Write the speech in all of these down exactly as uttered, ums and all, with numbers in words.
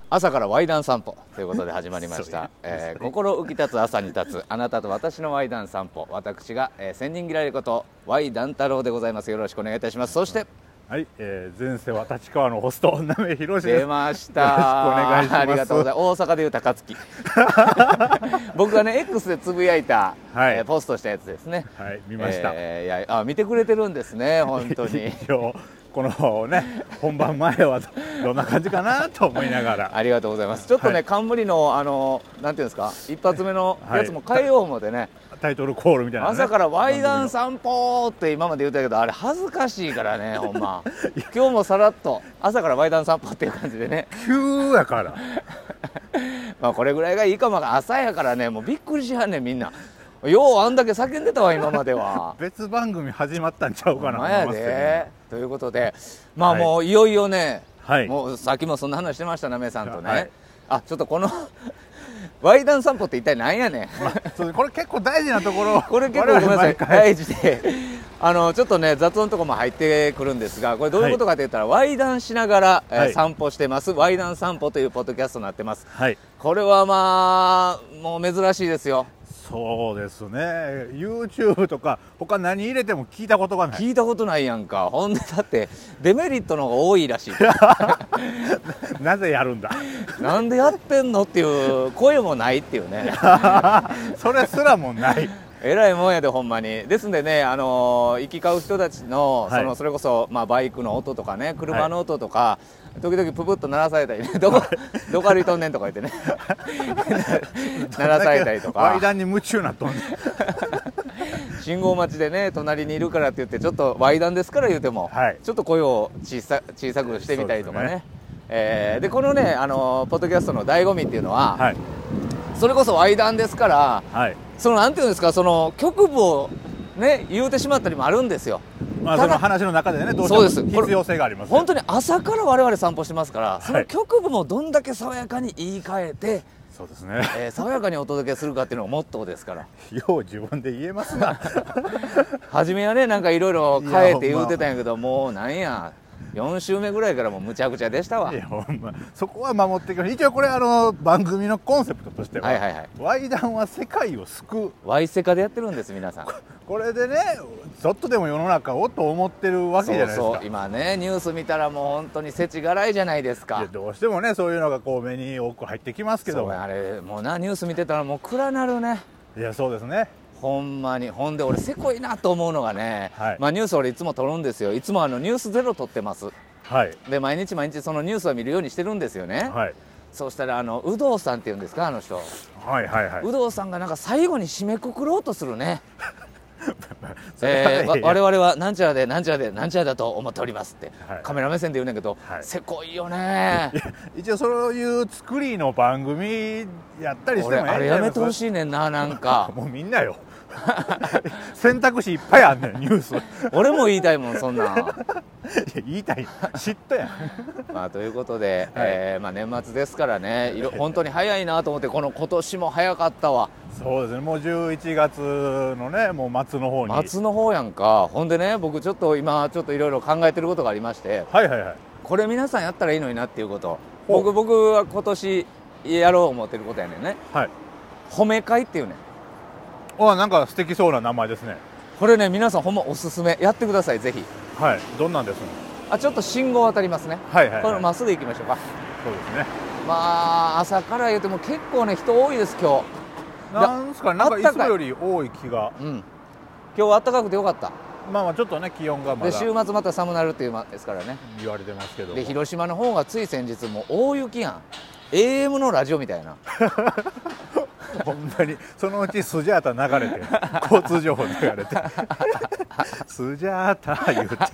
朝からワイダン散歩ということで始まりました、えー、心浮き立つ朝に立つあなたと私のワイダン散歩、私が、えー、千人嫌いことワイダン太郎でございます。よろしくお願いいたします。そしてはい、えー、前世は立川のホストなめひろしです。 出ました。よろしくお願いします。ありがとうございます。大阪でいう高槻僕がね X でつぶやいた、はい、えー、ポストしたやつですね。 はい、見ました。 えー、いやあ見てくれてるんですね、本当にこのね本番前はどんな感じかなと思いながらありがとうございます。ちょっとね、はい、冠のあのなんていうんですか、一発目のやつも変えよう思ってね、はい、 タイトルコールみたいな、ね、 朝からワイダン散歩って今まで言ったけど、あれ恥ずかしいからねほんま今日もさらっと朝からワイダン散歩っていう感じでね急やからまあこれぐらいがいいかも。朝やからね、もうびっくりしはんねんみんな。ようあんだけ叫んでたわ今までは別番組始まったんちゃうかなと思いますけど、ね、ということでまあもういよいよね、はい、もうさっきもそんな話してましたなめさんとね、はい、あちょっとこのワイダン散歩って一体何やねん、まあ、そうこれ結構大事なところこれ結構ごめんなさい大事であのちょっとね雑音のところも入ってくるんですが、これどういうことかといったら、はい、ワイダンしながら、えーはい、散歩してますワイダン散歩というポッドキャストになってます、はい、これはまあもう珍しいですよ。 そうですね、 YouTube とか他何入れても聞いたことがない。 聞いたことないやんか。ほんでだってデメリットの方が多いらしいなぜやるんだなんでやってんのっていう声もないっていうねそれすらもないえらいもんやでほんまに。ですんでね、あのー、行き交う人たちの、はい、そのそれこそ、まあ、バイクの音とかね車の音とか、はい、時々ププッと鳴らされたりねどこどこ歩いとんねんとか言ってね鳴らされたりとか、 ワイダンに夢中なっとんねん信号待ちでね隣にいるからって言ってちょっとワイダンですから言うても、はい、ちょっと声を小さ小さくしてみたりとかね。で、えー、でこのね、あのー、ポッドキャストの醍醐味っていうのは、はい、それこそワイダンですから、はい、そのなんていうんですか、その局部をね言うてしまったりもあるんですよ。 まあその話の中でねどうしても必要性があります、ね、 本当に朝から我々散歩してますから、はい、その局部もどんだけ爽やかに言い換えて、 そうですね、 えー、爽やかにお届けするかっていうのがモットーですから。 よう自分で言えますな初めはねなんかいろいろ変えて言うてたんやけど、もうなんやよん週目ぐらいからもうむちゃくちゃでしたわ。いやほんまそこは守っていく。一応これあの番組のコンセプトとしては、はいはいはい、ワイダンは世界を救う、 ワイセカでやってるんです皆さん。 これでねちょっとでも世の中をと思ってるわけじゃないですか。そうそう、 今ねニュース見たらもう本当に世知辛いじゃないですか。 いやどうしてもねそういうのがこう目に多く入ってきますけども、 そうあれもうなニュース見てたらもう暗なるね。 いやそうですねほんまに。ほんで俺せこいなと思うのがね、はい、まあニュース俺いつも撮るんですよ。いつもあのニュースゼロ撮ってます、はい、で毎日毎日そのニュースは見るようにしてるんですよね、はい、そうしたらあの有働さんっていうんですかあの人、はいはいはい、有働さんがなんか最後に締めくくろうとするねえー、我々はなんちゃらでなんちゃらでなんちゃらだと思っておりますって、はい、カメラ目線で言うねんけど、はい、せこいよね。 一応そういう作りの番組やったりしても俺あれやめてほしいねんな。なんかもうみんなよ選択肢いっぱいあんねんニュース俺も言いたいもんそんなんいや言いたい嫉妬やまあということで、はい、えーまあ、年末ですからねいろ本当に早いなと思って、この今年も早かったわ。 そうですね、もうじゅういちがつのねもう末の方に末の方やんか。ほんでね僕ちょっと今ちょっといろいろ考えてることがありまして、はいはいはい、これ皆さんやったらいいのになっていうこと、僕僕は今年やろう思ってることやねんね、はい、褒め会っていうね。 あ、なんか素敵そうな名前ですね。 これね皆さんほんまおすすめやってくださいぜひ。 はい、どんなんですの？ あ、ちょっと信号渡りますね。はいはいはい、これまっすぐ行きましょうか。 そうですね。 まあ朝から言うても結構ね人多いです今日。 なんですかね、なんかいつもより多い気が、うん、 今日は暖かくてよかった。 まあまあちょっとね気温がまだで週末また寒なるっていうですからね言われてますけど。 で広島の方がつい先日も大雪やん。 エーエム のラジオみたいなほんまにそのうちスジャータ流れて交通情報流れてスジャータ言うて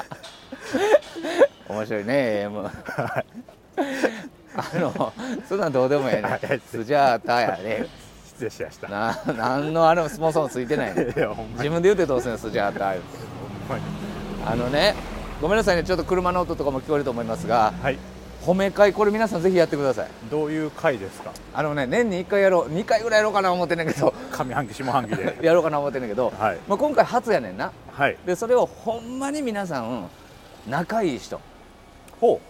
面白いね エーエム あのそんなんどうでもええねスジャータやね。 失礼しました。 な何のあのスポンサーもついてないねいやほんまに自分で言うてどうすんのスジャータ言うて。ほんまにあのねごめんなさいねちょっと車の音とかも聞こえると思いますが、はい、褒め会これ皆さんぜひやってください。 どういう会ですか？ あのね年にいっかいやろうにかいぐらいやろうかな思ってんねんけど上半期下半期でやろうかな思ってんねんけど、はい、まあ、今回初やねんな、はい、でそれをほんまに皆さん仲いい人ほう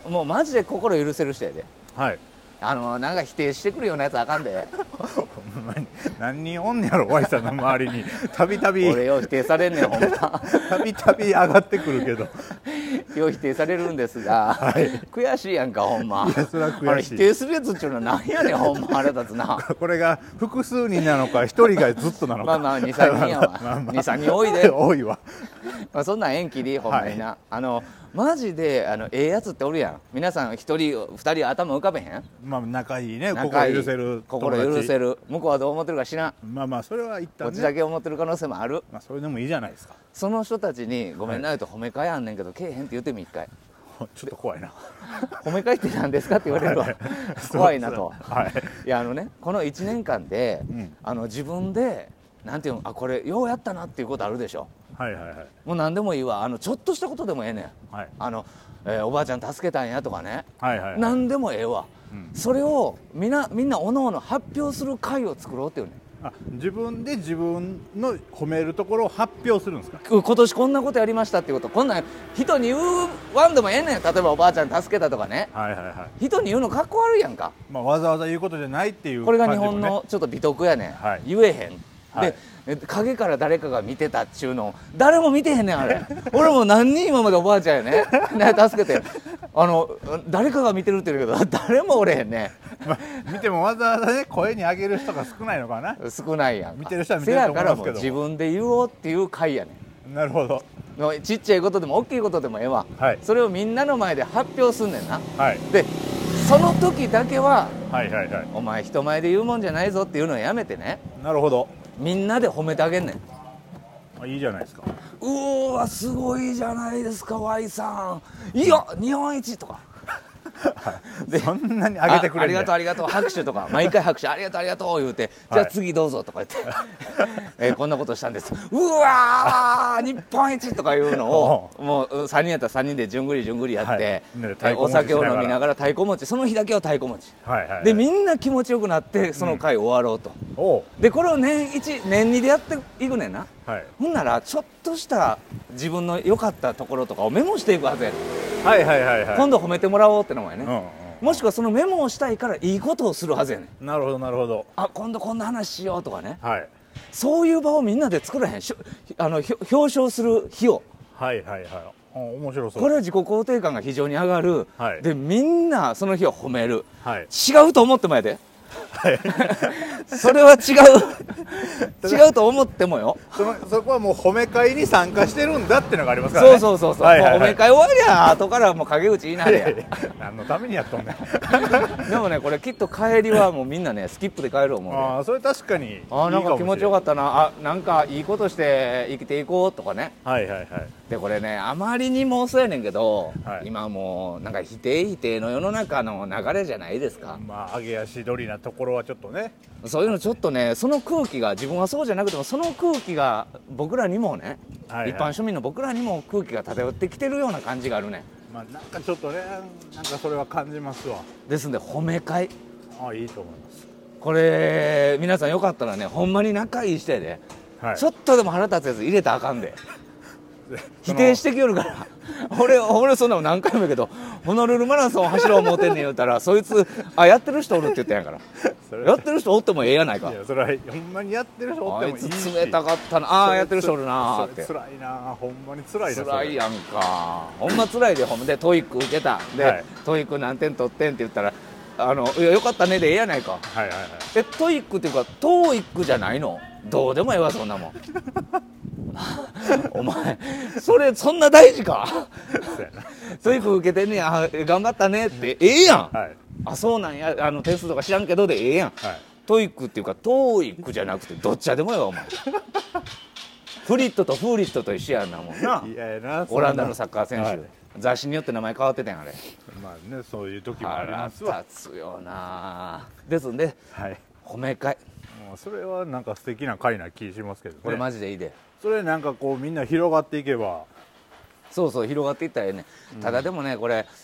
もうマジで心許せる人やで。 はい。 あのなんか否定してくるようなやつあかんで。 ほんまに何人おんねやろ Y さんの周りに。たびたび俺よう否定されんねんほんま。 たびたび上がってくるけどよう否定されるんですが、はい、悔しいやんかほんま。 いやそれは悔しい。 あれ否定するやつっていうのは何やねんほんま腹立つな。 これが複数人なのか一人がずっとなのか。 まあまあにさんにんやわ。にさんにん多いで。 多いわ。 まあそんなん縁切りほんまにな、はい、あのマジであのええやつっておるやん。皆さん一人二人頭浮かべへん？ まあ仲いいね。心許せる心許せる。向こうはどう思ってるか知らん。 まあまあそれは一旦、ね、 こっちだけ思ってる可能性もある。 まあそれでもいいじゃないですか。 その人たちにごめんなよと褒め会あんねんけど、けえへんって言ってみ一回。 ちょっと怖いな。 褒め会って何ですかって言われるわ。怖いなと。はい。いやあのねこのいちねんかんで、うん、あの自分でなんていうのあこれようやったなっていうことあるでしょ。 はいはいはい。 もう何でもいいわ。あのちょっとしたことでもええねん。はい。あの、えー、おばあちゃん助けたんやとかね。はいはい、はい。何でもええわ。うん、それをみんなみんなおのおの発表する会を作ろうっていうね。 あ自分で自分の褒めるところを発表するんですか。 今年こんなことやりましたっていうことこんなん人に言うわんでもええねん。例えばおばあちゃん助けたとかね、はいはいはい、人に言うのかっこ悪いやんか、 まあ、わざわざ言うことじゃないっていう、ね、 これが日本のちょっと美徳やねん、はい、言えへん、はい、で影から誰かが見てたっちゅうの誰も見てへんねんあれ俺も何人今までおばあちゃんやねね助けてあの誰かが見てるって言うけど誰もおれへんねまあ、見てもわざわざね声に上げる人が少ないのかな。 少ないやん。 見てる人は見てると思いますけど、せやからもう自分で言おうっていう会やねん。なるほど。 ちっちゃいことでも大きいことでもええわ、はい、それをみんなの前で発表すんねんな、はい、でその時だけは、はいはいはい、お前人前で言うもんじゃないぞっていうのをやめてね。 なるほど。 みんなで褒めてあげんねん。 あいいじゃないですか。 うーわすごいじゃないですか Y さん。いや日本一とかでそんなに上げてくれるんだよ。 ありがとうありがとう拍手とか毎回拍手ありがとうありがとう言うて、じゃあ次どうぞとか言って、えー、こんなことしたんです。うわー日本一とかいうのをもうさんにんやったらさんにんでじゅんぐりじゅんぐりやって、はい、お酒を飲みながら太鼓持ちその日だけは太鼓持ち、はいはいはい、でみんな気持ちよくなってその回終わろうと、うん、でこれを年いち年にでやっていくねんな、はい、ほんならちょっとした自分の良かったところとかをメモしていくはずやねん。はいはいはいはい、今度褒めてもらおうってのもやね、うんうん、もしくはそのメモをしたいからいいことをするはずやねん。 なるほどなるほど。 あ今度こんな話しようとかね、はい、そういう場をみんなで作らへんしあの表彰する日を。はいはいはい、面白そう。これは自己肯定感が非常に上がる、はい、でみんなその日を褒める、はい、違うと思ってもやではい、それは違う違うと思ってもよ。 そのそこはもう褒め会に参加してるんだっていうのがありますからね。 そうそうそうそう、はいはいはい、もう褒め会終わりゃ後からもう陰口言いなれや何のためにやっとんねんでもねこれきっと帰りはもうみんなねスキップで帰る思う、ね、 ああそれ確かにいいあなんか気持ちよかったなあなんかいいことして生きていこうとかね。はいはいはい。でこれねあまりにもそうやねんけど、はい、今もうなんか否定否定の世の中の流れじゃないですか。 まあ上げ足取りなところはちょっとねそういうのちょっとねその空気が自分はそうじゃなくてもその空気が僕らにもね、はいはい、一般庶民の僕らにも空気が漂ってきてるような感じがあるね。 まあなんかちょっとねなんかそれは感じますわ。 ですんで褒め会ああいいと思います。 これ皆さんよかったらねほんまに仲いい人やで、はい、ちょっとでも腹立つやつ入れたらあかんで否定してきよるから俺俺そんなの何回も言うけどホノルルマラソン走ろう思うてんねん言うたらそいつあやってる人おるって言ったんやからやってる人おってもええやないか。いやそれはほんまにやってる人おってもいいし、 あいつ冷たかったなああやってる人おるなってつらいなほんまにつらいな。 つらいやんかほんまつらいでほんでトイック受けたで、はい、トイック何点取ってんって言ったらあのいやよかったねでええやないか。はいはいはい。えトイックっていうかトーイックじゃないの。どうでもええわそんなもんお前それそんな大事かトイック受けてんねや頑張ったねってええやん、はい、あそうなんやあの点数とか知らんけどでええやん、はい、トイックっていうかトーイックじゃなくてどっちゃでもええわお前フリットとフーリットと一緒やんなもんな。いやいやなオランダのサッカー選手、はい、雑誌によって名前変わってたんやあれ。 まあねそういう時もありますわ。 腹立つよな。ですんで、はい、褒め会もうそれはなんか素敵な会な気しますけどね。 これマジでいいでそれなんかこうみんな広がっていけばそうそう広がっていったらええね、うん、ただでもねこれ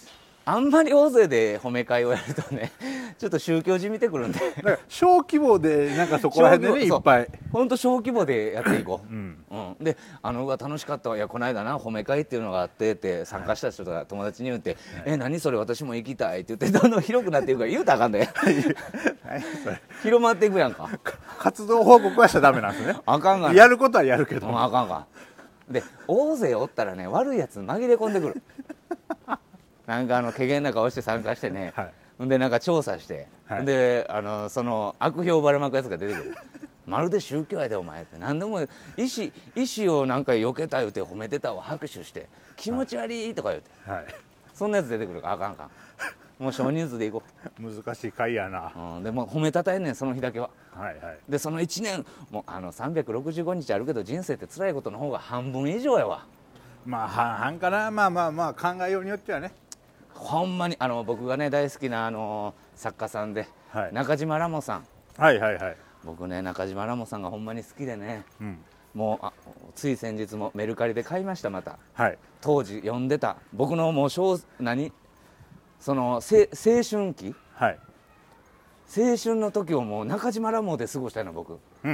あんまり大勢で褒め会をやるとねちょっと宗教じみてくるんでだから小規模でなんかそこら辺でねいっぱい本当小規模でやっていこう、うんうん、であのうわ楽しかったわいやこの間な褒め会っていうのがあってって参加した人が友達に言って、はい、え何それ私も行きたいって言ってどんどん広くなっていくから言うたらあかんで広まっていくやんか活動報告はしちゃダメなんですねあかんがやることはやるけど、 うん、あかんがで大勢おったらね悪いやつ紛れ込んでくるなんかあの怪げな顔して参加してね、はい、でなんか調査して、はい、であのその悪評ばれまくやつが出てくるまるで宗教やでお前って何でも意思意思をなんか避けた言うて褒めてたを拍手して気持ち悪いとか言うて、はい、そんなやつ出てくるからあかんあかんもう少人数でいこう難しい回やな、 うん、でも褒めたたえんねんその日だけは、 はいはい、 でそのいちねんもうあのさんびゃくろくじゅうごにちあるけど人生って辛いことの方が半分以上やわまあ半々かなまあまあまあ考えようによってはねほんまにあの僕がね大好きなあの作家さんで、はい、中島ラモさんはいはいはい僕ね中島ラモさんがほんまに好きでね、うん、もうあつい先日もメルカリで買いましたまた、はい、当時読んでた僕のもう小何その青春期、はい、青春の時をもう中島ラモで過ごしたいの僕、うんうんうん、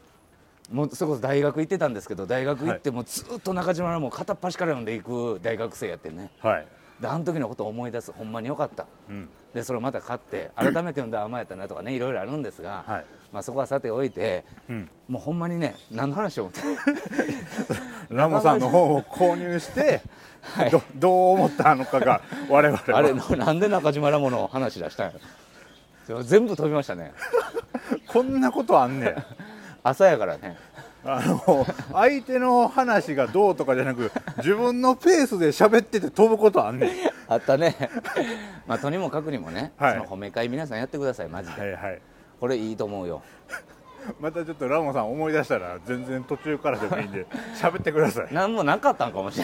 もうそれこそ大学行ってたんですけど大学行ってもずっと中島ラモ片っ端から読んでいく大学生やってね、はい、であの時のことを思い出すほんまによかった、うん、でそれをまた買って改めて読んだら甘やったなとかねいろいろあるんですが、はいまあ、そこはさておいて、うん、もうほんまにね何の話を思ってラモさんの本を購入してはい、ど, どう思ったのかが我々はあれなんで中島ラモの話出したんやろ全部飛びましたねこんなことあんねん朝やからねあの相手の話がどうとかじゃなく自分のペースで喋ってて飛ぶことあんねんあったねまあとにもかくにもね、はい、その褒め会皆さんやってくださいマジで、はいはい、これいいと思うよまたちょっとラモさん思い出したら全然途中からでもいいんで喋ってください何もなかったんかもしれ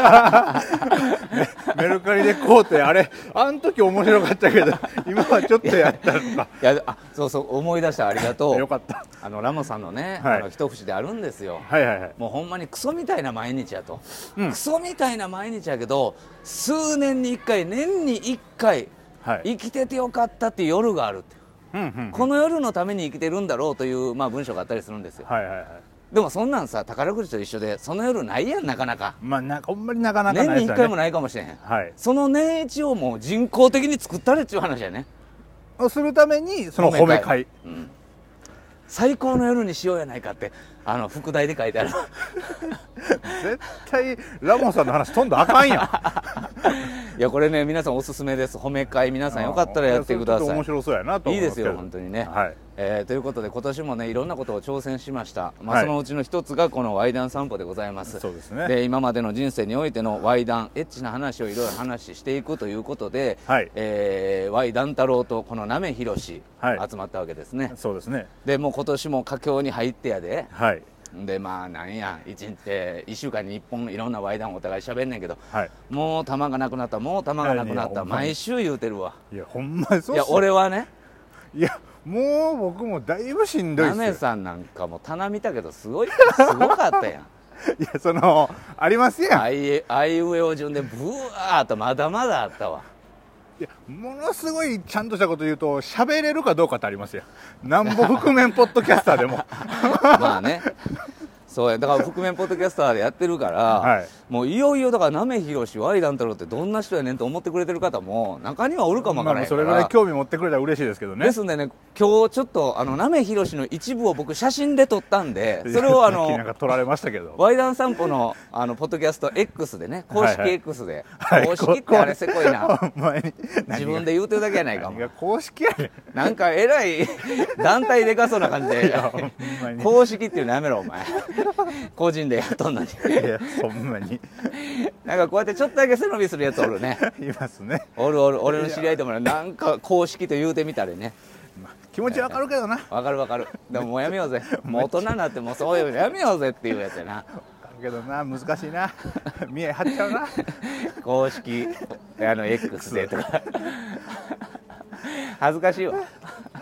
ないメルカリで買うてあれあん時面白かったけど今はちょっとやったのかいやあそうそう思い出したありがとうよかったあのラモさんのね、はい、あの一節であるんですよ、はいはいはい、もうほんまにクソみたいな毎日やと、うん、クソみたいな毎日やけど数年にいっかい年にいっかい、はい、生きててよかったっていう夜があるってうんうんうん、この夜のために生きてるんだろうという、まあ、文章があったりするんですよ、はいはいはい、でもそんなんさ宝くじと一緒でその夜ないやんなかなかまあなんかほんまになかなかないですよね年にいっかいもないかもしれへん、はい、その年一をもう人工的に作ったれっていう話やねをするためにその褒め会、うん、 最高の夜にしようやないかってあの副題で書いてある絶対ラモンさんの話飛んだらあかんやんいやこれね皆さんおすすめです褒め会皆さんよかったらやってください面白そうやなと思いいですよ本当にね、はいえー、ということで今年もねいろんなことを挑戦しました、まあ、そのうちの一つがこのワイダン散歩でございます、そうですね、で今までの人生においてのワイダンエッチな話をいろいろ話していくということで、はいえー、ワイダン太郎とこのなめひろし集まったわけですね、はい、そうですねでもう今年も佳境に入ってやで、はいでまあなんやいちにちいっしゅうかんにいっぽんいろんなワイダンをお互いしゃべんねんけど、はい、もう玉がなくなったもう玉がなくなった毎週言うてるわいやほんまにそうっすよいや俺はねいやもう僕もだいぶしんどいっすよなめさんなんかも棚見たけどすごいすごかったやんいやそのありますやんあいあいうえお順でブワーっとまだまだあったわいやものすごいちゃんとしたこと言うと喋れるかどうかってありますよなんぼ覆面ポッドキャスターでもまあねそうやだから覆面ポッドキャスターでやってるから、はい、もういよいよだからなめひろしワイダン太郎ってどんな人やねんと思ってくれてる方も中にはおるかもわからないから、 まあ、それぐらい興味持ってくれたら嬉しいですけどねですんでね今日ちょっとあのなめひろしの一部を僕写真で撮ったんでそれをあのなんか撮られましたけどワイダン散歩のあのポッドキャスト X でね公式 X で、はいはい、公式ってあれせこいな自分で言うてるだけやないかも何が公式やねんなんかえらい団体でかそうな感じで公式っていうのやめろお前個人でやっとんのにいやほんまになんかこうやってちょっとだけ背伸びするやつおるねいますねおるおる俺の知り合いでもなんか公式と言うてみたりね、 まあ、気持ちわかるけどなわかるわかるでももうやめようぜもう大人になってもうそういうのやめようぜっていうやつやなわかるけどな難しいな見え張っちゃうな公式あの X でとか恥ずかしいわほん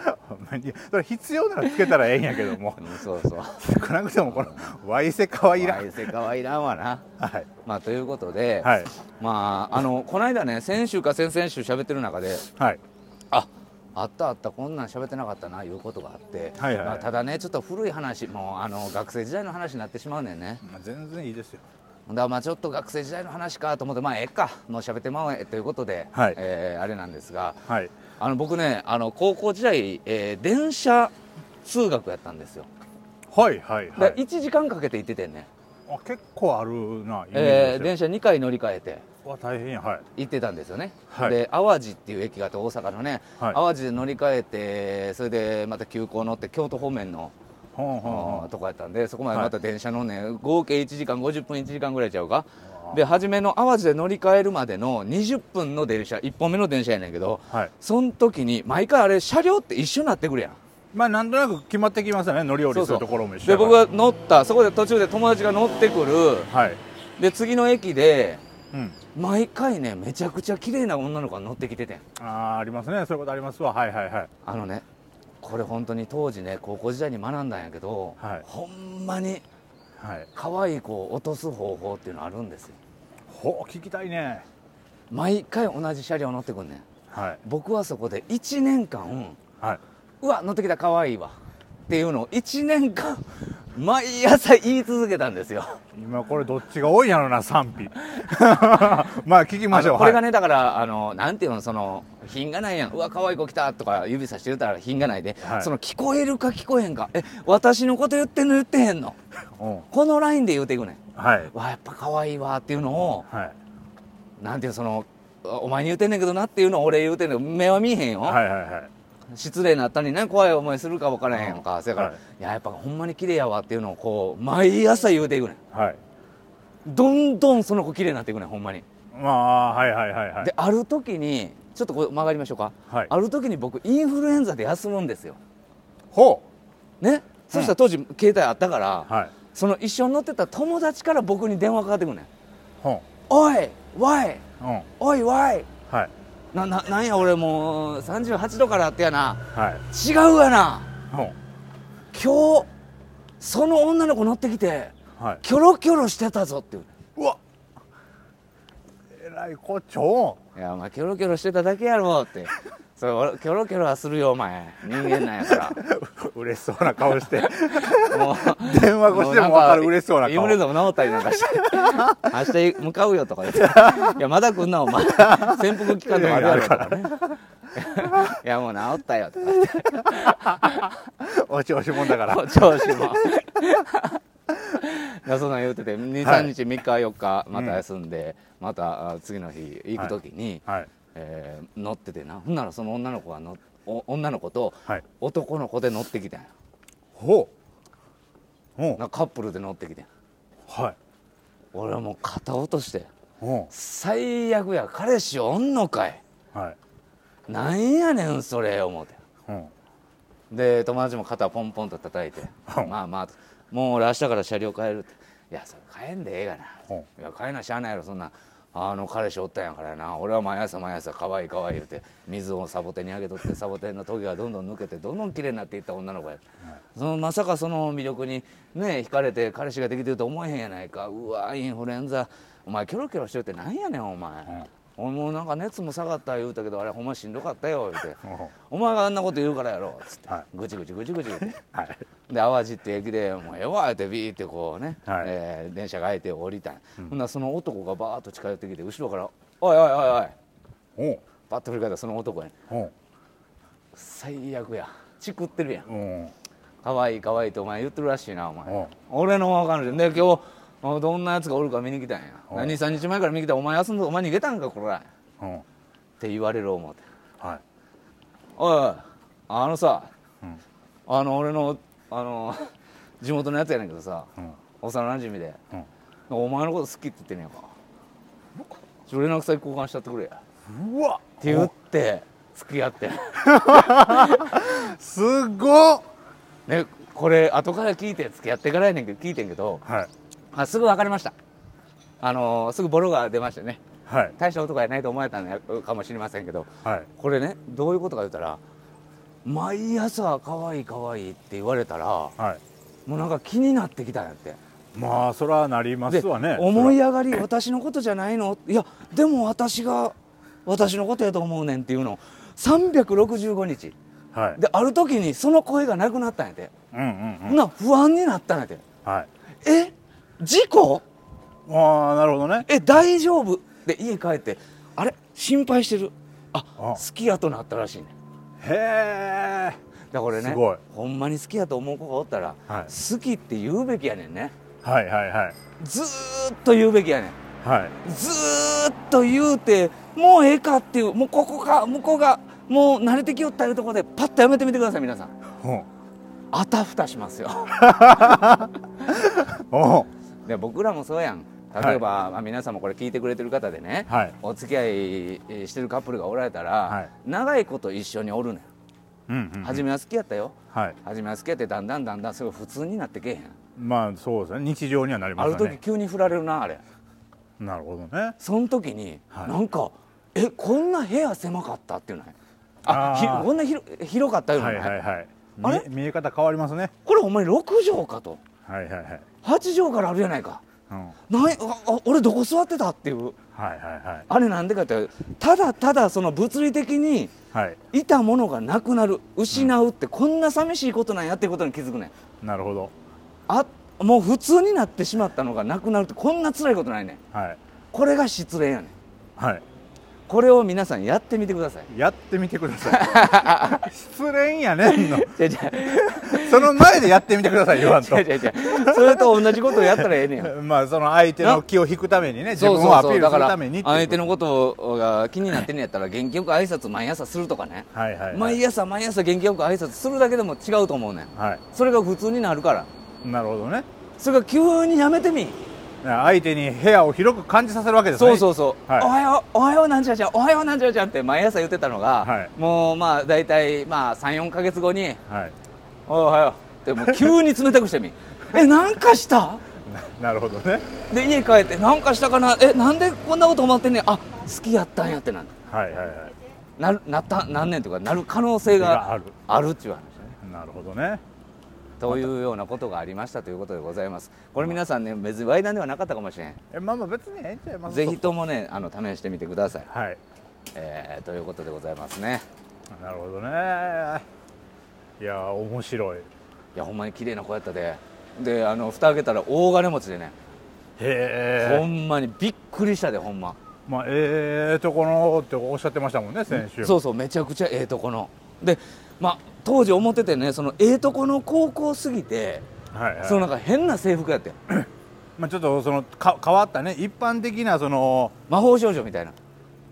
まにそれ必要ならつけたらええんやけども、 うん、そうそう少なくてもこのワイセカはいらん。 ワイセカはいらんわな。はい、まあということで、 はい、 まああのこの間ね、先週か先々週喋ってる中で、はい、ああったあった、こんなん喋ってなかったないうことがあって、はいはい、まあ、ただねちょっと古い話、もうあの学生時代の話になってしまうねんね。 まあ、全然いいですよ。 だからまあちょっと学生時代の話かと思って、まあええか、もう喋ってまえということで、はい、えー、あれなんですが、はい、あの僕ね、あの高校時代、えー、電車通学やったんですよ。 はいはいはい。 いちじかんかけて行っててんね。 あ、結構あるな。 えー、電車にかい乗り換えてわ大変や、はい、 行ってたんですよね。はい、で淡路っていう駅があって、大阪のね、はい、淡路で乗り換えて、それでまた急行乗って京都方面のとこやったんで、そこまでまた電車のね、はい、合計いちじかんごじゅっぷん、いちじかんぐらいちゃうか。で初めの淡路で乗り換えるまでのにじゅっぷんの電車、いっぽんめの電車やねんけど、はい、その時に毎回あれ車両って一緒になってくるやん。 まあなんとなく決まってきますよね、乗り降りするところも一緒。 で僕が乗った、そこで途中で友達が乗ってくる、はい、で次の駅で、うん、毎回ねめちゃくちゃ綺麗な女の子が乗ってきててん。 ああ、ありますね、そういうことありますわ。はいはいはい。 あのね、これ本当に当時ね高校時代に学んだんやけど、はい、ほんまに可愛い子を落とす方法っていうのあるんですよ。 ほう、聞きたいね。 毎回同じ車両乗ってくんねん。はい、僕はそこでいちねんかん、はい、うわ乗ってきた可愛いわっていうのをいちねんかん毎朝言い続けたんですよ。 今これどっちが多いんやろな、賛否まあ聞きましょう。 これがね、だからあのなんていうの、その品がないやん、うわ可愛い子来たとか指さして言ったら品がないで、はい、その聞こえるか聞こえへんか、え私のこと言ってんの言ってへんのこのラインで言うていくねん。はい、わやっぱ可愛いわっていうのを、はい、なんていうそのお前に言うてんねんけどなっていうのを俺言うてんねんけど、目は見えへんよ。はいはいはい、失礼なったりね、怖い思いするか分からへんやんか。そやから、はい、いややっぱほんまに綺麗やわっていうのをこう毎朝言うていくねん。はい、どんどんその子綺麗になっていくねん、ほんまに。 まあはいはいはいはい。 である時にちょっとこう曲がりましょうか、はい、ある時に僕インフルエンザで休むんですよ。 ほうね、 うん、そしたら当時携帯あったから、はい、その一緒に乗ってた友達から僕に電話かかってくるねん。ほう、おいわい、うん、おいわい、はい、な, な, なんや俺もうさんじゅうはちどからあってやな、はい、違うがな、うん、今日その女の子乗ってきて、はい、キョロキョロしてたぞっていう。 うわえらいこっちょ。 いやお前キョロキョロしてただけやろってそれキョロキョロはするよお前、人間なんやから嬉しそうな顔してもう電話越しでも分かる嬉しそうな顔。 インフルエンザも治ったりなんかして明日向かうよとか言っていやまだ来んなお前潜伏期間とかあるやろとかねいやもう治ったよとか言ってお調子もんだからお調子もそんなん言うててにさんにちみっかよっかまた休んで、うん、また次の日行く時に、はいはい、えー、乗っててな、ほんならその女の子がの女の子と男の子で乗ってきたんや。ほう、なんかカップルで乗ってきてん。はい、俺はもう肩落として最悪や、彼氏おんのかい、はい、なんやねんそれ思って、うん、で友達も肩ポンポンと叩いて、うん、まあまあもう俺明日から車両変えるって。いやそれ変えんでええがな、うん、いや変えなしゃあないやろ、そんなあの彼氏おったんやからな。俺は毎朝毎朝可愛い可愛い言うて水をサボテンにあげとって、サボテンのトゲがどんどん抜けてどんどん綺麗になっていった女の子や、はい、そのまさかその魅力にね惹かれて彼氏ができてると思えへんやないか。うわインフルエンザお前キョロキョロしてるってなんやねんお前、うん、俺もなんか熱も下がった言うたけどあれほんましんどかったよ言うてお前があんなこと言うからやろっつって、はい、ぐちぐちぐちぐち言うて、はい、で淡路って駅でもうええわってビーってこうね、はい、えー、電車が開いて降りたん、うん、ほんならその男がバーッと近寄ってきて後ろから「おいおいおいおい」パッと振り返ったらその男やね。最悪や、チクってるやん。可愛い可愛いってお前言ってるらしいなお前。俺の彼女で今日どんなやつがおるか見に来たんや。にさんにちまえから見に来た。お前休んでお前逃げたんかこれって言われる思って、はい、おいおいあのさ、うん、あの俺のあの地元のやつやねんけどさ、うん、幼なじみで、うん、お前のこと好きって言ってんねやんか。ちょ連絡先交換しちゃってくれや。うわって言って付き合ってすごっね。これ後から聞いて付き合ってからやねんけど聞いてんけど、はい、あすぐ分かりました。あのー、すぐボロが出ましてね、はい、大した男やないと思われたのかもしれませんけど、はい、これねどういうことか言ったら毎朝可愛い可愛いって言われたら、はい、もうなんか気になってきたんやって。 まあそれはなりますわね。 思い上がり私のことじゃないの、いやでも私が私のことやと思うねんっていうのさんびゃくろくじゅうごにち、はい、である時にその声がなくなったんやて、うんうんうん、な不安になったんやて、はい、え事故、 ああなるほどね、 え大丈夫で家帰ってあれ心配してる、あ好きやとなったらしいね。 へえ。 だからね、ほんまに好きやと思う子がおったら、はい、好きって言うべきやねんね。 はいはいはい。 ずーっと言うべきやねん。はい。ずーっと言うてもうええかっていう、もうここか向こうがもう慣れてきよったいうところでパッとやめてみてください皆さん。うん。あたふたしますよ。おで僕らもそうやん。例えば、はい、まあ、皆さんもこれ聞いてくれてる方でね、はい、お付き合いしてるカップルがおられたら、はい、長いこと一緒におるねん。うんうんうん、初めは好きやったよ、はい、初めは好きやってだんだんだんだんそれが普通になってけえへん。 まあそうですね、日常にはなりますね。 ある時急に振られるなあれ。 なるほどね。 その時に、はい、なんかえこんな部屋狭かったっていうのね、ああこんな広広かったいうのね、はいはいはい、 あれ見え方変わりますね。 これほんまにろくじょうかと、 はいはいはい、 はちじょうからあるやないか、うん、ないあ俺どこ座ってたっていう、はいはいはい、あれなんでかってただただその物理的にいたものがなくなる失うってこんな寂しいことなんやっていうことに気づくねん。なるほど。 あもう普通になってしまったのがなくなるってこんな辛いことないねん、はい、これが失恋やねん、はい、これを皆さんやってみてください。 やってみてください。失恋やねんのその前でやってみてください言わんと。違う違う違う、 それと同じことをやったらええねん。 まあその相手の気を引くためにね、自分をアピールするためにっていうこと。 相手のことが気になってんのやったら元気よく挨拶毎朝するとかね、はいはいはい、毎朝毎朝元気よく挨拶するだけでも違うと思うねん、はい、それが普通になるから。 なるほどね。 それが急にやめてみ、 相手に部屋を広く感じさせるわけですね。 そうそうそう、はい、おはようおはようなんちゃらちゃんおはようなんちゃらちゃんって毎朝言ってたのが、はい、もうまあ大体まあさんよんかげつごに、はい、おはようってもう急に冷たくしてみえなんかしたなるほどね。 で家帰ってなんかしたかな、えなんでこんなこと思ってんねん、あ好きやったんやってなんはいはいはい、なるなった何年とかなる可能性があるあるっていう話ね。 なるほどね。 というようなことがありましたということでございます。これ皆さんね別にワイダンではなかったかもしれん。 えまあまあ別にええんちゃいます。 ぜひともねあの試してみてください。 はい、 えー、ということでございますね。 なるほどね。いや面白い。いやほんまに綺麗な子やったで。であの蓋開けたら大金持ちでね。へえ。ほんまにびっくりしたでほんま。 まあええとこのっておっしゃってましたもんね先週。 そうそうめちゃくちゃええとこの。でまあ当時思っててねそのええとこの高校すぎて、はいはい、そのなんか変な制服やってまあちょっとそのか変わったね一般的なその魔法少女みたいな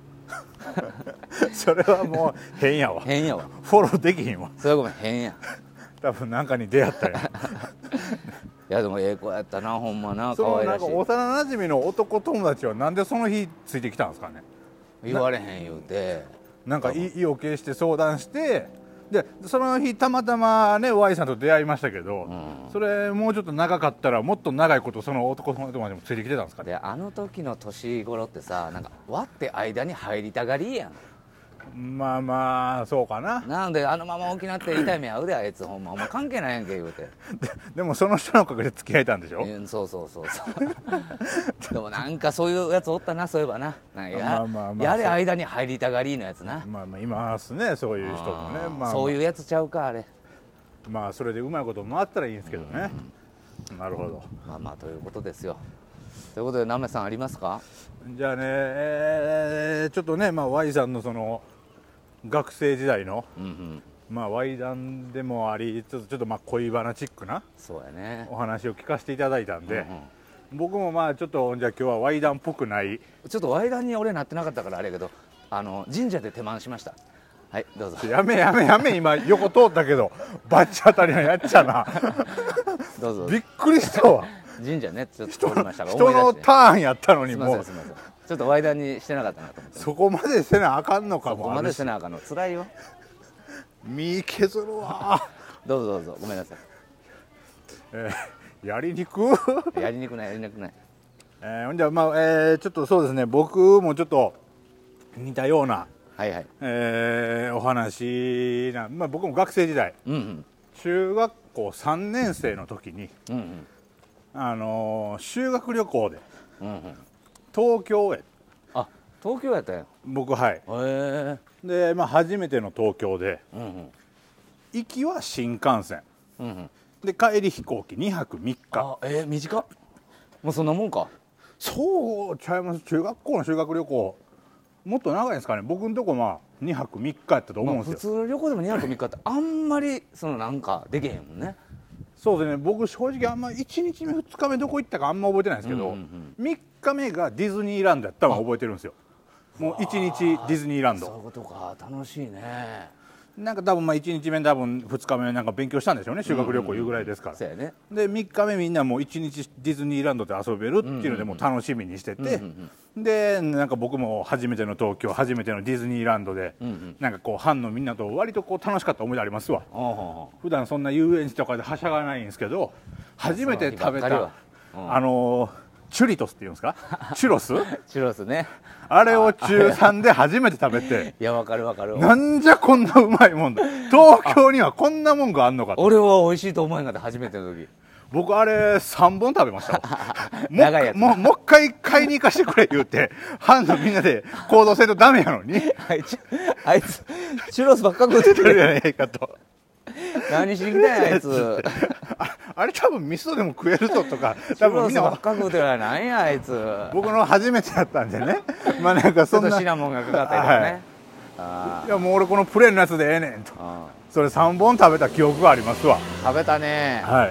それはもう変やわ変やわフォローできひんわ。 それはごめん変や多分なんかに出会ったやいやでもええ子やったなほんまな可愛らしい。 幼なじみの男友達はなんでその日ついてきたんですかね。 言われへん言うてなんか意を決して相談してでその日たまたまね Y さんと出会いましたけど、うん、それもうちょっと長かったらもっと長いことその男友達もついてきてたんですかね。 であの時の年頃ってさなんか割って間に入りたがりやん。 まあまあそうかな。 なのであのまま大きなって痛い目合うであいつほんまお前関係ないやんけ言うてで, でもその人のおかげで付き合えたんでしょ。 そうそうそうそうでもなんかそういうやつおったなそういえばななんか や,、まあまあまあ、やれ間に入りたがりのやつな。 まあまあいますねそういう人もね、まあまあ、 そういうやつちゃうかあれ。 まあそれでうまいこと回ったらいいんですけどね、うん、なるほど。 まあまあということですよ。ということでなめさんありますか。 じゃあね、えー、ちょっとね、まあ、Y さんのその学生時代の、うんうん、まあY談でもありちょっとちょっとまあ恋バナチックなそうやねお話を聞かせていただいたんで、うんうん、僕もまあちょっとじゃあ今日はY談っぽくないちょっとY談に俺なってなかったからあれやけどあの神社で手満しました。はいどうぞ。 やめやめやめ今横通ったけどバッチ当たりのやっちゃなどうぞ。 びっくりしたわ。 神社ねちょっと通りましたが人のターンやったのにもうすみませんすみませんちょっとワイダンにしてなかったなと思って。 そこまでせなあかんのかも。 そこまでせなあかんのつらいよ。 身削るわどうぞどうぞごめんなさい、 えー、やりにくやりにくないやりにくない、 えー、じゃあまあ、えー、ちょっとそうですね僕もちょっと似たようなはいはい、 えー、お話な、まあ、僕も学生時代、うんうん、中学校さんねん生の時に、うんうん、あのー、修学旅行で、うんうん、東京へ。 あ、東京やったんや僕。はい。へえ。 で、まあ、初めての東京で、うんうん、行きは新幹線、うんうん、で帰り飛行機にはくみっか。 あ、えー、短っ。もうそんなもんか。 そうちゃいます。中学校の修学旅行もっと長いんですかね。僕のとこまあにはくみっかやったと思うんですよ、まあ、 普通の旅行でもにはくみっかってあんまりそのなんかできへんもんね。 そうですね。僕正直あんまいちにちめふつかめどこ行ったかあんま覚えてないんですけど、うんうんうん、みっかめがディズニーランドやったのは覚えてるんですよ。もういちにちディズニーランド。 そういうことか。楽しいね。 なんか多分まあいちにちめ多分ふつかめなんか勉強したんでしょうね。修学旅行いうぐらいですから、うんうんうん、ね、でみっかめみんなもういちにちディズニーランドで遊べるっていうのでもう楽しみにしてて、うんうんうん、でなんか僕も初めての東京初めてのディズニーランドで、うんうん、なんかこう班のみんなと割とこう楽しかった思い出ありますわ、うんうん、普段そんな遊園地とかではしゃがないんですけど初めて食べた、うん、あのーチュリトスっていうんですか、チュロスチュロスね、 あれを中さんで初めて食べていやわかるわかる、 なんじゃこんなうまいもんだ、東京にはこんなもんがあんのかと。 俺は美味しいと思えんかった初めての時。 僕あれさんぼん食べました長いやつもうもう一回買いに行かしてくれ言うて班のみんなで行動せんとダメやのにあいつあいつチュロスばっか食ってるやないかと何しに来たんやあいつあ, あれ多分味噌でも食えるぞとか多分みんなばっか食うてるやないやあいつ。 僕の初めてやったんでねまあなんかそんなちょっとシナモンがかかったりとかね、はい、 あいやもう俺このプレーンのやつでええねんと、それさんぼん食べた記憶がありますわ。 食べたね。 はい。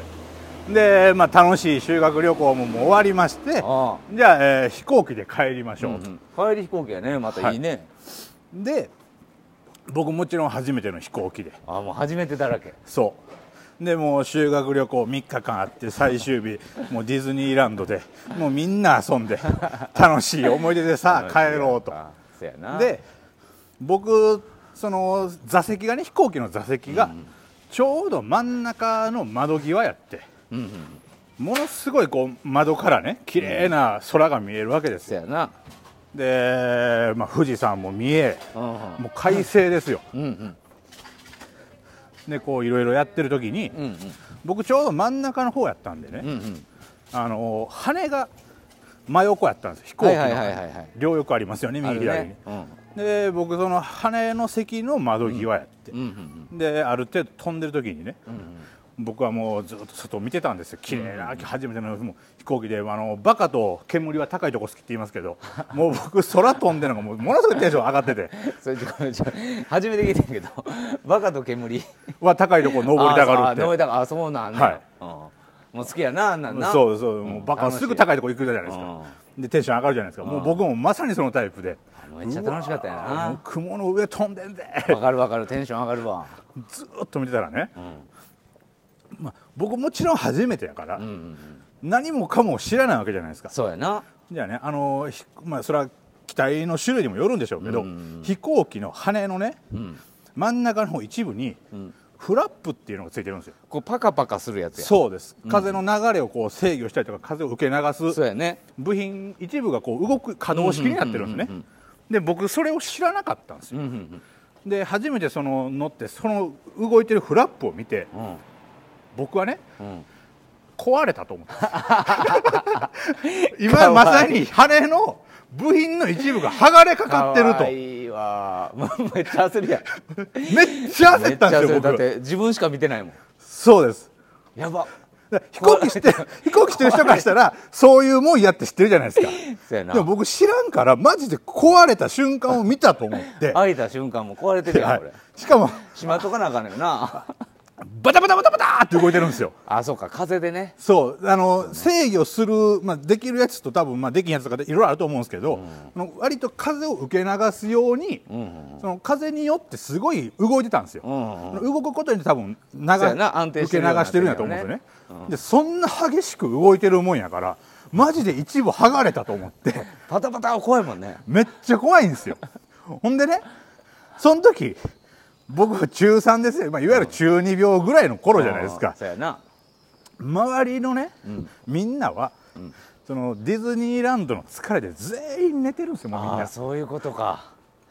で、まあ、楽しい修学旅行ももう終わりまして、あじゃあ、えー、飛行機で帰りましょう、うんうん、 帰り飛行機やね、またいいね、はい、 で僕もちろん初めての飛行機で、 あもう初めてだらけ。 そうでもう修学旅行みっかかんあって最終日もうディズニーランドでもうみんな遊んで楽しい思い出でさあ帰ろうと。 そやな。で僕その座席がね飛行機の座席がちょうど真ん中の窓際やって、うんうん、ものすごいこう窓からね綺麗な空が見えるわけですよ、 うん、そやな。 で、まあ、富士山も見え、うんうん、もう快晴ですよ、うんうん、でこういろいろやってる時に、うんうん、僕ちょうど真ん中の方やったんでね、うんうん、あの羽が真横やったんですよ飛行機の、はいはいはいはい、両横ありますよね右左に、ねうん、で僕その羽の席の窓際やって、うんうんうん、である程度飛んでる時にね、うんうん僕はもうずっと外を見てたんですよ。綺麗な初めてのもう飛行機であのバカと煙は高いとこ好きって言いますけどもう僕空飛んでるのがもうものすごいテンション上がっててそれちょちょ初めて聞いてんけどバカと煙は高いとこ登りたがるって。あ登りたがあそうなんね、はいうん、もう好きやなあんなんな。 そうそう、うん、もうバカはすぐ高いとこ行くじゃないですか、うん、でテンション上がるじゃないですか、うん、もう僕もまさにそのタイプでめっちゃ楽しかったよな。もう雲の上飛んでんでわかるわかるテンション上がるわ。 ずっと見てたらね、うんまあ、僕もちろん初めてやから、うんうんうん、何もかも知らないわけじゃないですか。 そうやな。 じゃあねあの、まあ、それは機体の種類にもよるんでしょうけど、うんうんうん、飛行機の羽のね、うん、真ん中の方一部に、うん、フラップっていうのがついてるんですよ。 こうパカパカするやつや。 そうです、うん、風の流れをこう制御したりとか風を受け流すそうや、ね、 部品一部がこう動く可動式になってるんですね。で僕それを知らなかったんですよ、うんうんうん、で初めてその乗ってその動いてるフラップを見て、うん僕はね、うん、壊れたと思った今まさに羽の部品の一部が剥がれかかってると。 かわいいわめっちゃ焦るやんめっちゃ焦ったんですよ僕。 だって自分しか見てないもん。 そうです。 やば飛行機して飛行機してる人からしたらそういうもんやって知ってるじゃないですかでも僕知らんからマジで壊れた瞬間を見たと思って開いた瞬間も壊れてるやんこれ、はい、 しかもしまっとかなあかんねんなバタバタバタバタって動いてるんですよ。 あそうか風でね。 そうあの制御する、まあ、できるやつと多分、まあ、できんやつとかいろいろあると思うんですけど、うん、割と風を受け流すように、うんうん、その風によってすごい動いてたんですよ、うんうん、動くことに多分長受け流してるんやと思うんですよね、うん、でそんな激しく動いてるもんやからマジで一部剥がれたと思ってパタパタは怖いもんね。 めっちゃ怖いんですよほんでねその時僕中さんですよ、まあ、いわゆる中に病ぐらいの頃じゃないですか。 そうやな。 周りのね、うん、みんなは、うん、そのディズニーランドの疲れで全員寝てるんですよもうみんな。 あそういうことか。 で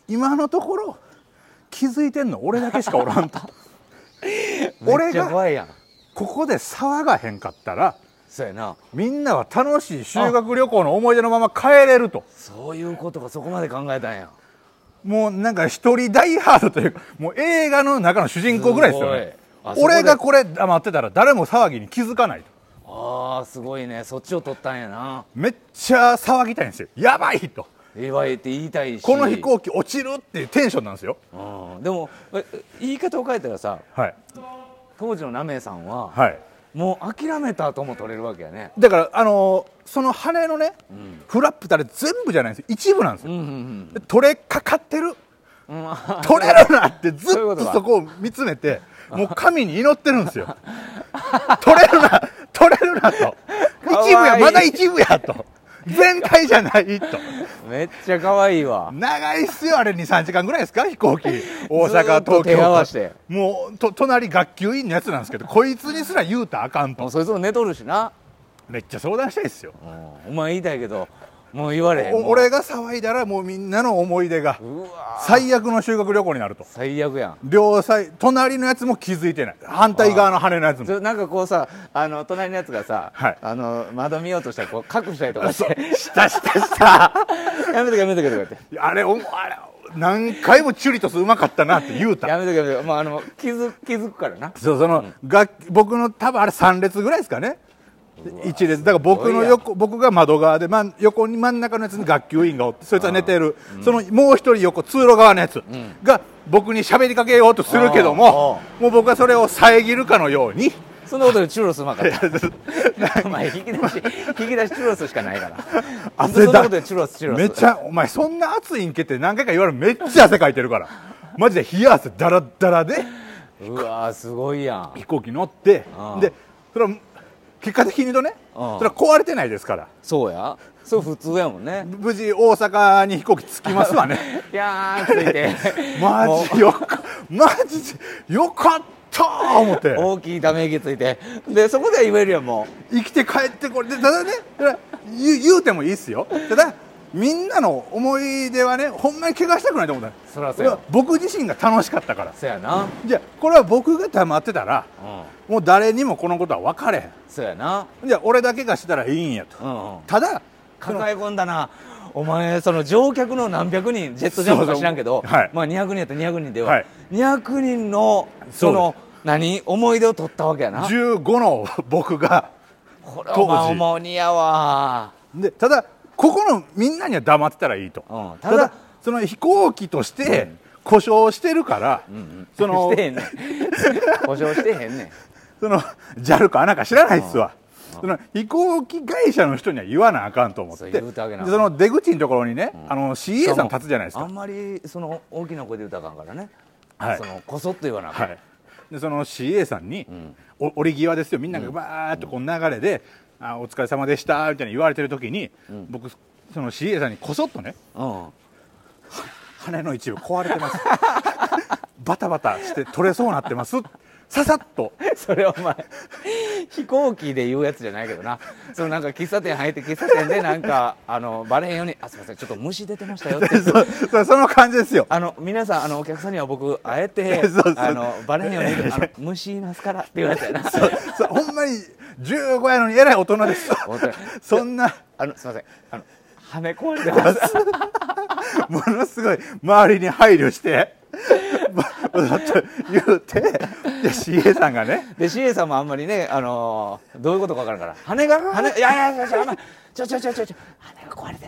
今のところ気づいてんの俺だけしかおらんと俺がここで騒がへんかったらそうやな、 みんなは楽しい修学旅行の思い出のまま帰れると。 そういうことか、そこまで考えたんや。 もうなんか一人大ハードというか、もう映画の中の主人公ぐらいですよね。俺がこれ黙ってたら誰も騒ぎに気づかないと。 ああ、すごいね、そっちを取ったんやな。 めっちゃ騒ぎたいんですよ。やばいと、 やばいって言いたいし、 この飛行機落ちるっていうテンションなんですよ。 うん、でも言い方を変えたらさ、はい、当時のナメさんは、はい、もう諦めたとも取れるわけやね。 だからあのー、その羽のね、うん、フラップってあれ全部じゃないんですよ、一部なんですよ、うんうんうん、取れかかってる、うん、取れるなってずっとそこを見つめてもう神に祈ってるんですよ取れるな取れるなと、一部や、まだ一部やと、全体じゃないと。 めっちゃ可愛いわ。 長いっすよ、あれにさんじかんぐらいですか、飛行機。大阪東京手合わしてもうと隣学級委員のやつなんですけど、こいつにすら言うたらあかんと。 もうそいつも寝とるしな。 めっちゃ相談したいですよ。 お前言いたいけどもう言われへん。 俺が騒いだらもうみんなの思い出が最悪の修学旅行になると。 最悪やん。 両サイ隣のやつも気づいてない、反対側の羽のやつも。 なんかこうさ、あの隣のやつがさ、はい、あの窓見ようとしたらこう隠したりとかしてしたしたしたやめとけやめとけとかってあれおあれ何回もチュリトスうまかったなって言うた。 やめとけやめとけ、もうあの気づ気づくからな。 そう、その、うん、が僕の多分あれさん列ぐらいですかね、一列。だから僕の横、僕が窓側で、ま、横に真ん中のやつに学級委員がおって、そいつは寝てる、うん、そのもう一人横通路側のやつが僕に喋りかけようとするけども、もう僕はそれを遮るかのように。 そんなことでチュロスうまかったお前引き出し引き出しチュロスしかないから汗だめっちゃ、お前そんな暑いんけって何回か言われる。めっちゃ汗かいてるからマジで冷や汗だらだらで、 うわーすごいやん。 飛行機乗ってで、それは結果的に言うとね、それは壊れてないですから。 そうや、そう普通やもんね。 無事大阪に飛行機着きますわねいやーついてマジよかマジでよかった思って大きいため息ついて、でそこでは言えるやん、もう生きて帰ってこれで。ただね、ただ 言, 言うてもいいっすよ。ただみんなの思い出はね、ほんまに怪我したくないと思った。 そらそうや、 僕自身が楽しかったから。 そうやな。 じゃあこれは僕が黙ってたら、うん、もう誰にもこのことは分かれへん。 そうやな。 じゃあ俺だけがしたらいいんやと、うんうん、ただ抱え込んだなお前。その乗客の何百人ジェットジャンプか知らんけど、そうそう、はい、まあにひゃくにんやったらにひゃくにんでは、はい、にひゃくにんのその何思い出を取ったわけやな。 じゅうごの僕がこれはまあ重荷やわ。 でただここのみんなには黙ってたらいいと、うん、た, ただその飛行機として故障してるから、うんうん、そのしてへんねん故障してへんねんその ジャル かなんか知らないっすわ、うん、その飛行機会社の人には言わなあかんと思って、でその出口のところにね、うん、あの シーエー さん立つじゃないですか。 あんまりその大きな声で歌うかんからね、はい、そのこそっと言わなあかん、はい、 でその シーエー さんに、うん、お折り際ですよ、みんながバーッとこの流れで、うん、あお疲れ様でしたみたいに言われてる時に、うん、僕その シーエー さんにこそっとね、うん、羽の一部壊れてますバタバタして取れそうなってますささっとそれお前飛行機で言うやつじゃないけどな。そのなんか喫茶店入って喫茶店でなんかあのバレへんように、あすいませんちょっと虫出てましたよってそ, その感じですよ。 あの皆さんあのお客さんには僕あえてあのバレへんようにあの虫いますからって言われたよな。 そうそうほんまにじゅうごやのにえらい大人ですそんなあのすいませんあの羽壊れてますものすごい周りに配慮して言うてで シーエー さんがねで シーエー さんもあんまりね、あのー、どういうことか分からんから羽が羽いやいやいやちょちょちょちょちょ羽が壊れて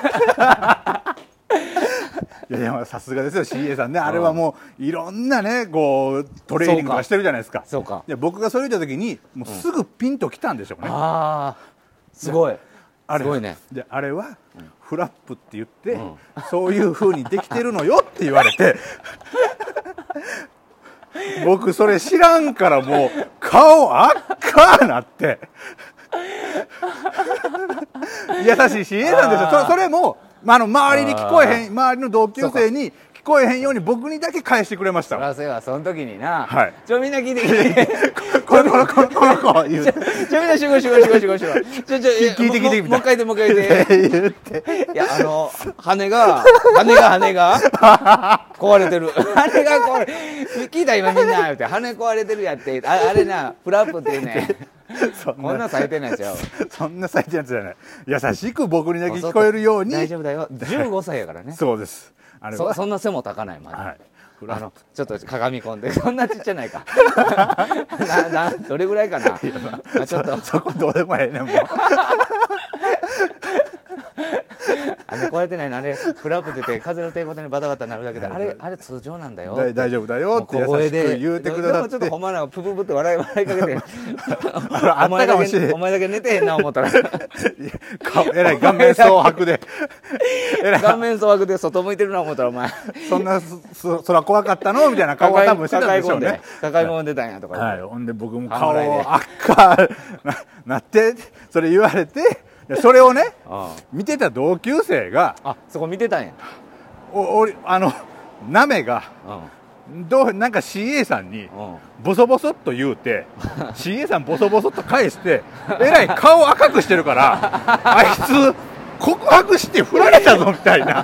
るいやいやさすがですよ シーエー さんね。あれはもういろんなねこうトレーニングがしてるじゃないですか。 そうか。 で僕がそれ言った時にもうすぐピンときたんでしょうね、うん、 ああすごいあれすごいね。 であれはフラップって言って、うん、そういう風にできてるのよって言われて僕それ知らんからもう顔あっかーなって優しい シーエー なんですよ。そ, それも、まあ、あの周りに聞こえへん周りの同級生に聞聞こえへんように僕にだけ返してくれました。 そらせはその時にな、 はい、 ちょみんな聞いて聞いてこの子のこの子の子言うてちょみんな集合集合集合集合集合ちょちょ聞いて聞いてもう一回でもう一回で言っていやあの羽が羽が羽が壊れてる羽が壊れ聞いた今みんな言うて羽壊れてるやってああれなフラップっていうねそんな最低なやつやそんな最低なやつじゃない優しく僕にだけ聞こえるように大丈夫だよじゅうごさいやからねそうですあれそ, そんな背も高ないまで、はい、あのちょっと鏡込んでそんなちっちゃないかななどれぐらいかなあちょっとそ, そこどうでもええねんもうあれ壊れてないのあれフラップって言って風の抵抗でバタバタなるだけであれあれ通常なんだよ大丈夫だよって優しく言うてくださってでもちょっとほんまなプププって笑い笑いかけてお前だけお前だけ寝てへんな思ったらえらい顔面蒼白で顔面蒼白で外向いてるな思ったらお前そんな そ, そら怖かったのみたいな顔は多分してたんでしょうね抱え込んでたんやとか、 はい、ほんで僕も顔赤 な, なってそれ言われてそれをね見てた同級生があそこ見てたんやおおあのなめがどうなんか シーエー さんにボソボソっと言うてシーエー さんボソボソっと返してえらい顔赤くしてるからあいつ告白して振られたぞみたいな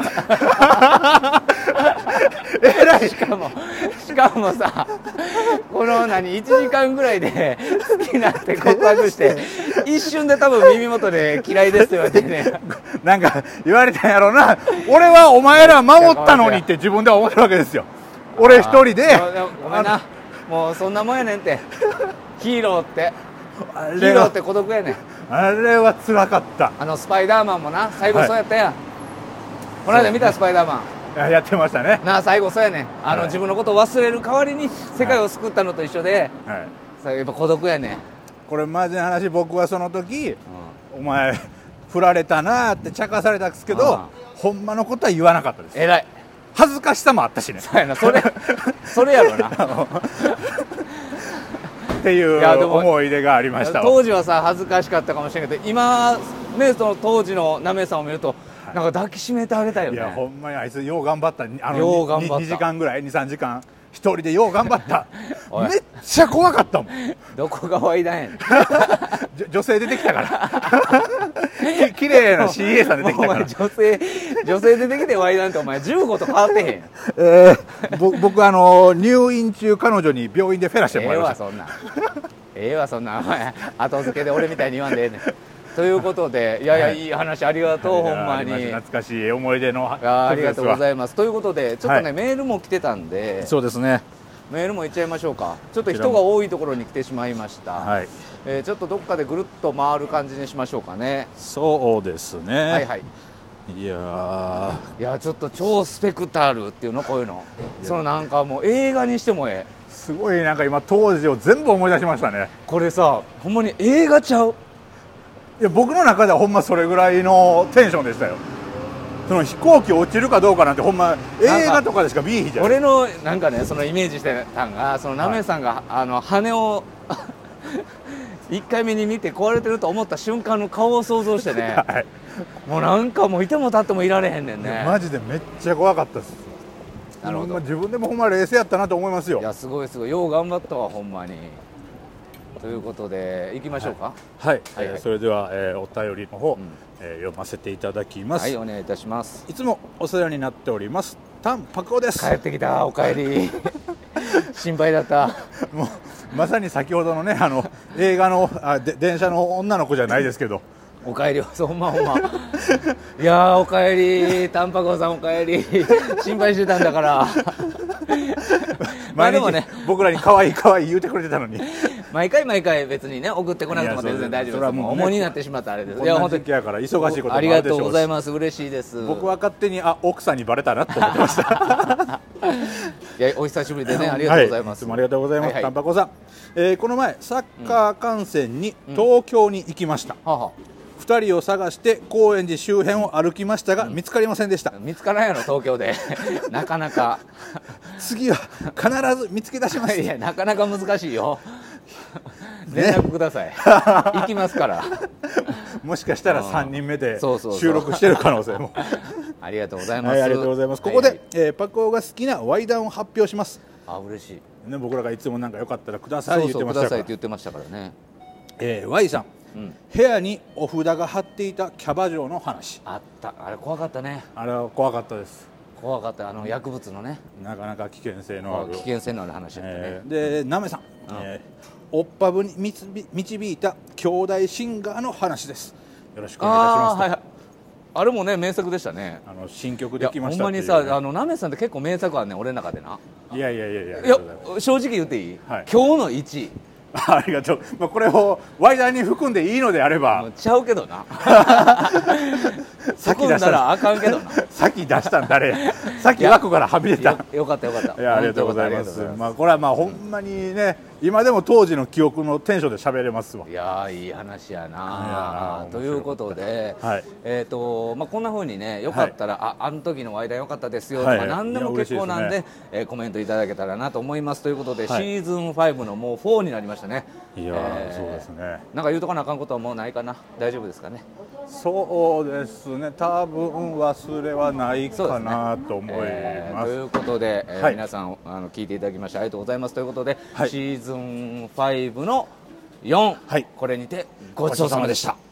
えらいしかもしかもさこの何いちじかんぐらいで好きになって告白して一瞬で多分耳元で嫌いですって言われてねなんか言われたんやろうな俺はお前ら守ったのにって自分では思ってるわけですよ俺一人でごめんなもうそんなもんやねんってヒーローってヒーローって孤独やねんあれは辛かったあのスパイダーマンもな最後そうやったやん、はい、この間見たスパイダーマンやってましたねなあ最後そうやねんあの、はい、自分のことを忘れる代わりに世界を救ったのと一緒で、はい、それやっぱ孤独やねんこれマジな話僕はその時、うん、お前振られたなって茶化されたんですけど、うん、ほんまのことは言わなかったです。 偉い恥ずかしさもあったしねそうやなそれそれやろなっていう思い出がありました。 当時はさ恥ずかしかったかもしれないけど今ねその当時のなめさんを見ると、はい、なんか抱きしめてあげたいよね。 いやほんまにあいつよう頑張ったあのよう頑張ったにじかんぐらい にさんじかん一人でよう頑張っためっちゃ怖かったもんどこがワイダンやねん女性出てきたからきれいな シーエー さん出てきたから女性女性出てきてワイダンってお前じゅうごと変わってへんやん、 えー、ぼ僕あの入院中彼女に病院でフェラしてもらいました。 ええわそんなええわそんなお前後付けで俺みたいに言わんでええねんということでいやいやいい話ありがとう、はい、ほんまに懐かしい思い出のありがとうございます。ということでちょっとね、はい、メールも来てたんでそうですねメールもいっちゃいましょうか。ちょっと人が多いところに来てしまいました、はいえー、ちょっとどっかでぐるっと回る感じにしましょうかね。 そうですねはいはいいやいやちょっと超スペクタールっていうのこういうのそのなんかもう映画にしてもええすごいなんか今当時を全部思い出しましたね。 これさほんまに映画ちゃういや僕の中ではほんまそれぐらいのテンションでしたよ。その飛行機落ちるかどうかなんてほんま映画とかでしか見えひんじゃん。 俺のなんかねそのイメージしてたんがそのなめさんが、はい、あの羽をいっかいめに見て壊れてると思った瞬間の顔を想像してね、はい、もうなんかもういても立ってもいられへんねんね。 マジでめっちゃ怖かったです。なるほど自分でもほんま冷静やったなと思いますよ。 いやすごいすごいよう頑張ったわほんまに。ということで行きましょうか。 はい、はいはいえー、それでは、えー、お便りの方、うんえー、読ませていただきます。 はいお願いいたします。 いつもお世話になっておりますタンパクオです。 帰ってきたおかえり心配だったもうまさに先ほどのねあの映画のあで電車の女の子じゃないですけどおかえりほんまほんまいやーおかえりタンパクさんおかえり心配してたんだからまあでもね僕らに可愛い可愛い言うてくれてたのに毎回毎回別にね送ってこなくても全然大丈夫です。もう重荷になってしまったあれです。 いや本当にやから忙しいこともあるでしょうし。 ありがとうございます嬉しいです。 僕は勝手にあ奥さんにバレたなと思ってましたいやお久しぶりでねありがとうございます、 はい、いつもありがとうございます、はいはい、タンパコさん、えー、この前サッカー観戦に東京に行きました、うんうんははふたりを探して高円寺周辺を歩きましたが、うん、見つかりませんでした。 見つからんやろ東京でなかなか次は必ず見つけ出します。 いやなかなか難しいよ連絡ください、ね、行きますからもしかしたらさんにんめで収録してる可能性もありがとうございます。 はい、ありがとうございます。ここで、はいはい、えー、パコが好きなワイダンを発表します。 あ、嬉しい、 ね、僕らがいつもなんかよかったらください言ってましたから。 そうそうくださいって言ってましたからね。 えー、Y さん、うん、部屋にお札が貼っていたキャバ嬢の話。 あった、あれ怖かったね。 あれは怖かったです。 怖かった、あの薬物のね、 なかなか危険性のある危険性のある話だったね。 えー、でなめさん、うん、えー、おっぱぶに導いた兄弟シンガーの話です。よろしくお願いいたします。あ、はいはい、 あれもね名作でしたね。 あの新曲できましたっていう、ね、 ほんまにさ、あのなめさんって結構名作あんねん俺の中でな。 いやいやいやいやいや正直言っていい、はい、今日のいちいありがとう、まあ、これをワイダーに含んでいいのであればちゃうけどな先出したらあかんけどな先出したん誰や先枠からはみ出た。 よ, よかったよかった。 いやありがとうございます。まあこれはまあほんまにね、うん、今でも当時の記憶のテンションで喋れますわ。 いやいい話やなということで、はい、えーとまあ、こんな風にねよかったら、はい、ああの時のワイダーよかったですよとか、はい、何でも結構なんで、ねえー、コメントいただけたらなと思います。ということで、はい、シーズンファイブのもうフォーになりましたね。 いや、えー、そうですね。 なんか言うとかなあかんことはもうないかな。大丈夫ですかね。 そうですね、多分忘れはないかなと思います。えー、 ということで、えーはい、皆さんあの聞いていただきましてありがとうございますということで、はい、シーズンファイブのよん、はい、これにてごちそうさまでした。